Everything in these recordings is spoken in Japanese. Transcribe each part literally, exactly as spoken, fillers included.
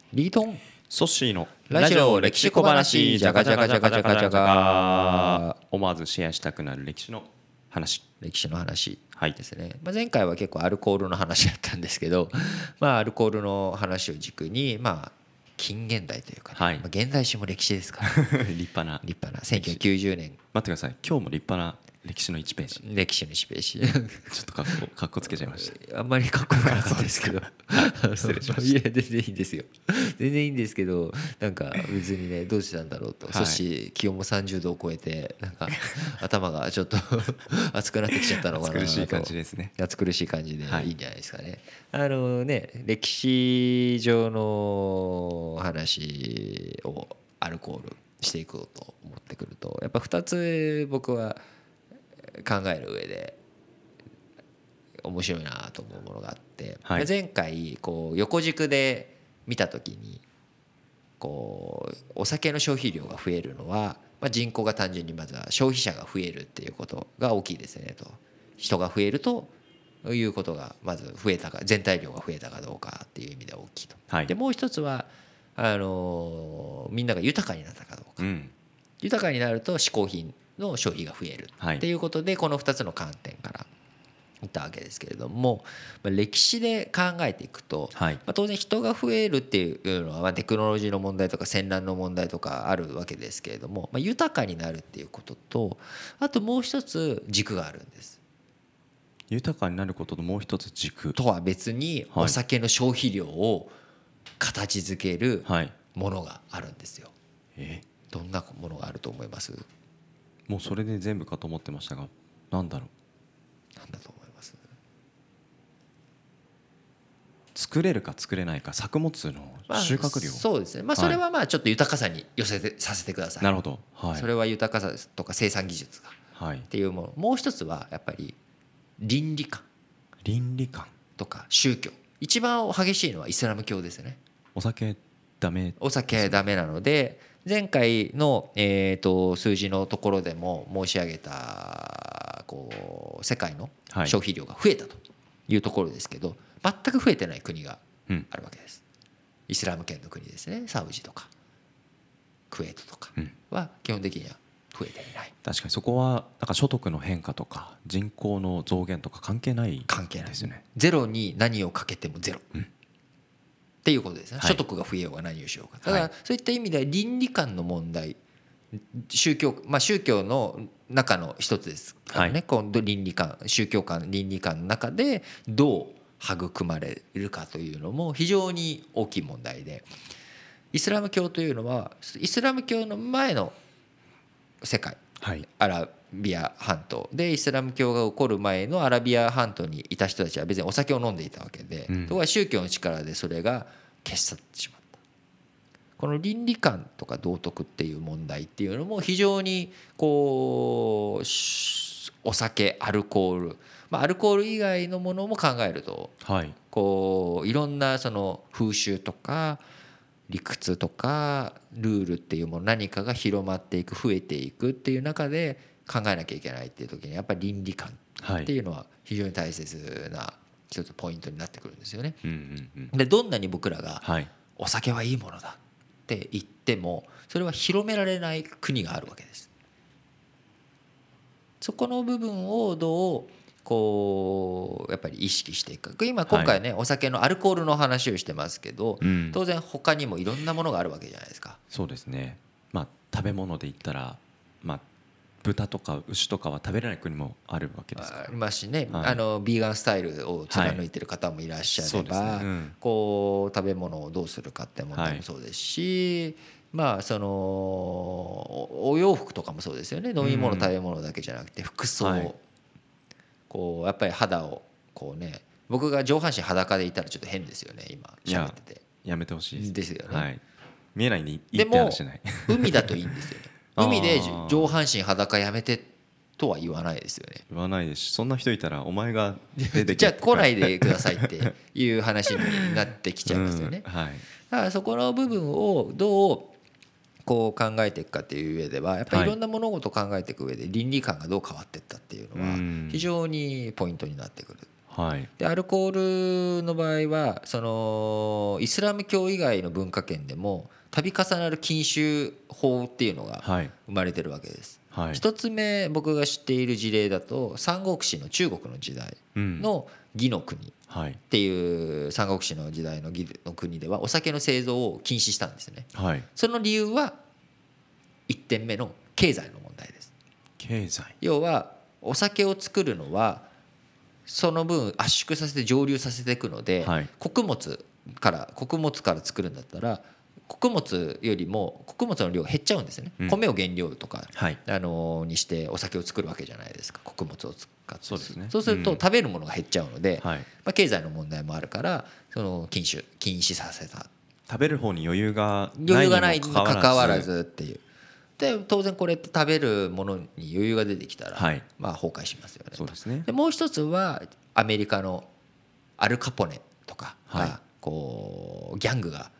リートンソッシーのラジオ歴史小話じゃがじゃがじゃがじゃがじゃが思わずシェアしたくなる歴史の話歴史の話はいですね、まあ、前回は結構アルコールの話だったんですけど、まあ、アルコールの話を軸に、まあ、近現代というかね、 はいまあ、現代史も歴史ですから立派な立派なせんきゅうひゃくきゅうじゅうねん待ってください、今日も立派な歴史のいちページ、 歴史のいちページちょっとかっこかっこつけちゃいました。 あんまりかっこよくなかったですけど失礼しましたいや全然いいんですよ全然いいんですけど、なんか別にねどうしてたんだろうと、 はいそして気温もさんじゅうどを超えてなんか頭がちょっと熱くなってきちゃったのかなと、 暑苦しい感じですね。 暑苦しい感じではいいいんじゃないですかね。あのね歴史上の話をアルコールしていこうと思ってくると、やっぱふたつ僕は考える上で面白いなと思うものがあって、 はい前回こう横軸で見た時にこうお酒の消費量が増えるのは、まあ、人口が単純にまずは消費者が増えるっていうことが大きいですねと、人が増えるということがまず増えたか、全体量が増えたかどうかっていう意味で大きいと、 はいでもう一つはあのみんなが豊かになったかどうか、 うん豊かになると嗜好品の消費が増えるっていうことで、このふたつの観点から言ったわけですけれども、歴史で考えていくと、 はいまあ、当然人が増えるっていうのはまあテクノロジーの問題とか戦乱の問題とかあるわけですけれども、まあ、豊かになるっていうことと、あともう一つ軸があるんです。 豊かになることともう一つ軸とは別にお酒の消費量を形づけるものがあるんですよ。 えどんなものがあると思います？ もうそれで全部かと思ってましたが、なんだろう、 なんだと思います？ 作れるか作れないか、作物の収穫量、 まあ、そうですね、まあ、それはまあちょっと豊かさに寄せてさせてください。 なるほど、はい、 それは豊かさとか生産技術がはい、 っていうもの。もう一つはやっぱり倫理観倫理観、 とか宗教。一番激しいのはイスラム教ですよね。 お酒ダメ、 お酒ダメなので、前回のえーと数字のところでも申し上げたこう世界の消費量が増えたというところですけど、全く増えてない国があるわけです。イスラム圏の国ですね。サウジとかクウェートとかは基本的には増えていない。 確かにそこはなんか所得の変化とか人口の増減とか関係ない関係ないですよね。 ゼロに何をかけてもゼロ、うん、っていうことですね、はい、所得が増えようが何をしようか。だからそういった意味では倫理観の問題、宗教、まあ、宗教の中の一つですからね、はい、今度倫理観、宗教観、倫理観の中でどう育まれるかというのも非常に大きい問題で、イスラム教というのはイスラム教の前の世界、はい、アラビア半島でイスラム教が起こる前のアラビア半島にいた人たちは別にお酒を飲んでいたわけで、うん、ところが宗教の力でそれが消し去ってしまった。この倫理観とか道徳っていう問題っていうのも非常にこうお酒、アルコール、まあ、アルコール以外のものも考えると、はい、こういろんなその風習とか理屈とかルールっていうもの、何かが広まっていく、増えていくっていう中で考えなきゃいけないっていう時にやっぱり倫理観っていうのは非常に大切な一つポイントになってくるんですよね。でどんなに僕らがお酒はいいものだって言ってもそれは広められない国があるわけです。そこの部分をどうこうやっぱり意識していく。今今回ね、はい、お酒のアルコールの話をしてますけど、うん、当然他にもいろんなものがあるわけじゃないですか。 そうですね、まあ、食べ物で言ったら、まあ、豚とか牛とかは食べれない国もあるわけですから。 ありますしね、 はい、 あのビーガンスタイルを貫いてる方もいらっしゃれば、はい、ねうん、こう食べ物をどうするかって問題もそうですし、はい、まあそのお洋服とかもそうですよね。飲み物、食べ物だけじゃなくて服装、はい、こうやっぱり肌をこうね、僕が上半身裸でいたらちょっと変ですよね今喋ってて。 やめてほしいですよね、 はい、見えないにいいって話じゃない。 でも海だといいんですよね海で上半身裸やめてとは言わないですよね。 言わないですし、そんな人いたらお前が出てきてじゃあ来ないでくださいっていう話になってきちゃいますよね、 うんはい、 だからそこの部分をどうこう考えていくかっていう上ではやっぱりいろんな物事を考えていく上で倫理観がどう変わっていったっていうのは非常にポイントになってくる。 はい、 でアルコールの場合はそのイスラム教以外の文化圏でも度重なる禁酒法っていうのが生まれてるわけです、 はい、 一つ目僕が知っている事例だと三国志の中国の時代の魏の国っていう三国志の時代の魏の国ではお酒の製造を禁止したんですね、 はい、 その理由はいってんめの経済の問題です。 経済、 要はお酒を作るのはその分圧縮させて蒸留させていくので、 はい、 穀物から穀物から作るんだったら穀物よりも穀物の量が減っちゃうんですよね、うん、米を原料とか、はい、あのにしてお酒を作るわけじゃないですか、穀物を使って。 そうですね、 そうすると食べるものが減っちゃうので、 うん、はい、 まあ、経済の問題もあるからその禁酒禁止させた。 食べる方に余裕が余裕がないにもかかわらずっていう。で当然これって食べるものに余裕が出てきたら、はい、まあ崩壊しますよね。 そうですね。 でもう一つはアメリカのアルカポネとかがこうギャングが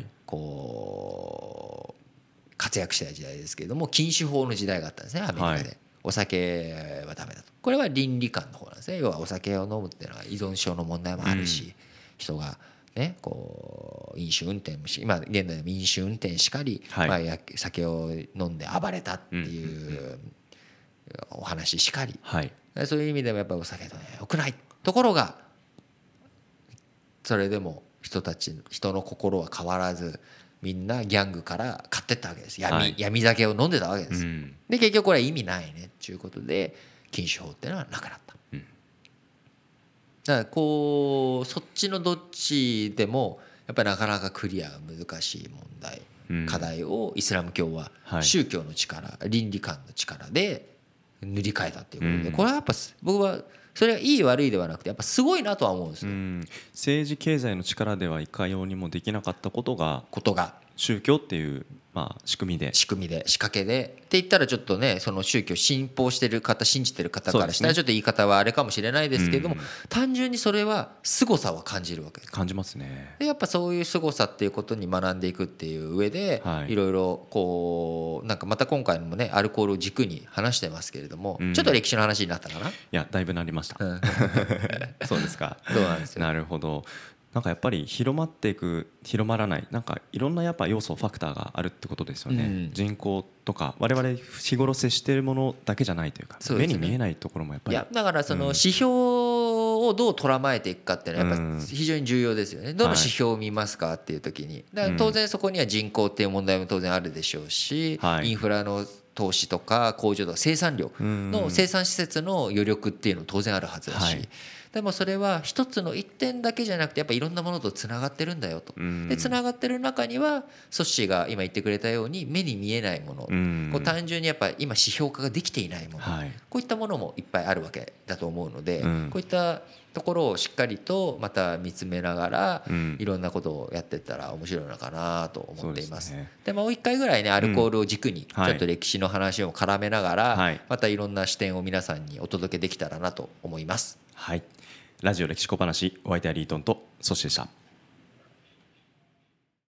こう活躍した時代ですけれども禁酒法の時代があったんですね、アメリカで、はい、お酒はダメだと。これは倫理観の方なんですね。要はお酒を飲むっていうのは依存症の問題もあるし、うん、人がね、こう飲酒運転もし今現在の飲酒運転しかり、はい、まあ、や酒を飲んで暴れたっていうお話しかり、はい、そういう意味でもやっぱりお酒とね良くないところがそれでも人たち人の心は変わらずみんなギャングから買ってったわけです。闇、はい、闇酒を飲んでたわけです、うん、で結局これは意味ないねっていうことで禁酒法っていうのはなくなった。だからこうそっちのどっちでもやっぱりなかなかクリアが難しい問題、うん、課題をイスラム教は宗教の力、はい、倫理観の力で塗り替えたっていうことで、うん、これはやっぱ僕はそれがいい悪いではなくてやっぱすごいなとは思うんですよ、うん、 政治経済の力ではいかようにもできなかったことがことが宗教っていう、まあ、仕組みで仕組みで仕掛けでって言ったらちょっとねその宗教信奉してる方信じてる方からしたらちょっと言い方はあれかもしれないですけれども、うん、単純にそれは凄さを感じるわけです。 感じますね。 でやっぱそういう凄さっていうことに学んでいくっていう上で、はい、いろいろこうなんかまた今回もねアルコールを軸に話してますけれども、うん、ちょっと歴史の話になったかな。いやだいぶなりました、うん、そうですか。 そうなんですよ。 なるほど。なんかやっぱり広まっていく広まらないなんかいろんなやっぱ要素ファクターがあるってことですよね、うん、人口とか我々日頃接しているものだけじゃないというか、目に見えないところもやっぱり。いやだからその指標をどう捉まえていくかっていうのはやっぱ非常に重要ですよね。どの指標を見ますかっていう時にだから当然そこには人口っていう問題も当然あるでしょうし、インフラの投資とか工場とか生産量の生産施設の余力っていうのも当然あるはずだし、でもそれは一つの一点だけじゃなくてやっぱいろんなものとつながってるんだよと。でつながってる中にはソッシーが今言ってくれたように目に見えないもの、こう単純にやっぱ今指標化ができていないもの、こういったものもいっぱいあるわけだと思うので、こういったところをしっかりとまた見つめながらいろんなことをやっていったら面白いのかなと思っています。でもう一回ぐらいねアルコールを軸にちょっと歴史の話を絡めながらまたいろんな視点を皆さんにお届けできたらなと思います。 はい、ラジオ歴史小話お相手はリートンとソシでした。